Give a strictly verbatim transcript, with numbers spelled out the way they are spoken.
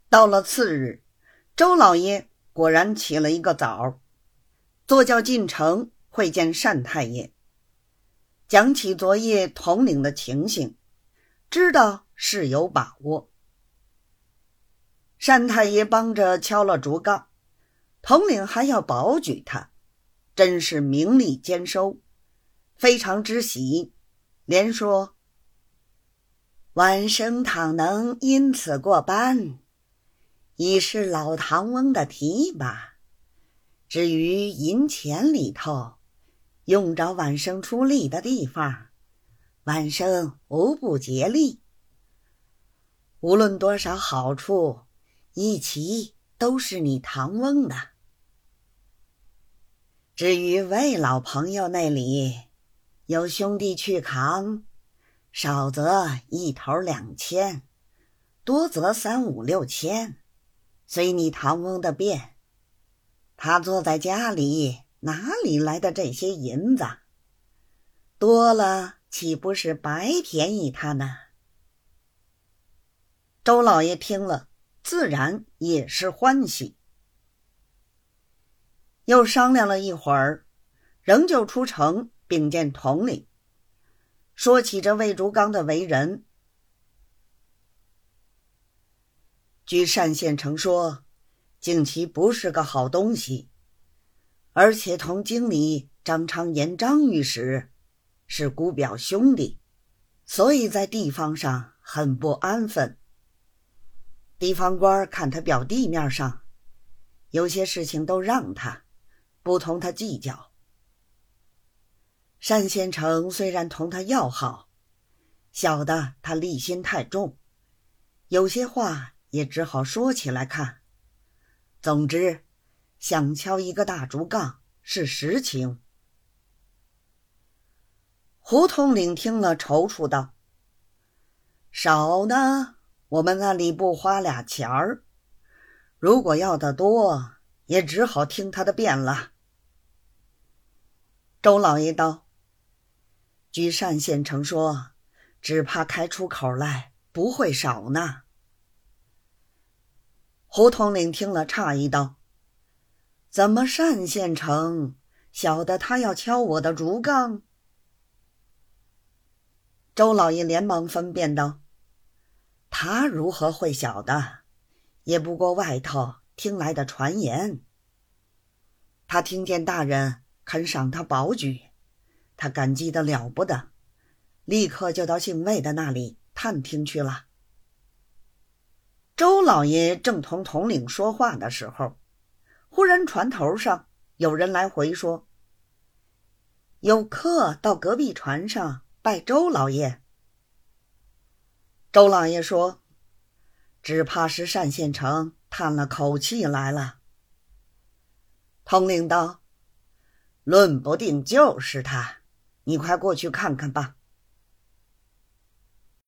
到了次日，周老爷果然起了一个早，坐轿进城会见单太爷，讲起昨夜统领的情形，知道是有把握。单太爷帮着敲了竹杠，统领还要保举他，真是名利兼收，非常之喜，连说：晚生倘能因此过班，已是老唐翁的提拔。至于银钱里头，用着晚生出力的地方，晚生无不竭力。无论多少好处，一齐都是你唐翁的。至于魏老朋友那里，有兄弟去扛，少则一头两千，多则三五六千，随你唐翁的便。他坐在家里，哪里来的这些银子？多了岂不是白便宜他呢？周老爷听了，自然也是欢喜。又商量了一会儿，仍旧出城禀见统领，说起这魏竹刚的为人。据单县丞说，竟其不是个好东西，而且同经理张昌言张御史是姑表兄弟，所以在地方上很不安分。地方官看他表弟面上，有些事情都让他，不同他计较。单县丞虽然同他要好，晓得他戾心太重，有些话也只好说起来看。总之，想敲一个大竹杠是实情。胡统领听了踌躇道：少呢，我们那里不花俩钱儿，如果要得多，也只好听他的辩了。周老爷道：据单县丞说，只怕开出口来不会少呢。胡统领听了诧异道：怎么单县丞晓得他要敲我的竹杠？周老爷连忙分辨道：他如何会晓得？也不过外头听来的传言。他听见大人肯赏他保举，他感激得了不得，立刻就到姓魏的那里探听去了。周老爷正同统领说话的时候，忽然船头上有人来回说：有客到隔壁船上拜周老爷。周老爷说：只怕是单县丞叹了口气来了。统领道：论不定就是他，你快过去看看吧。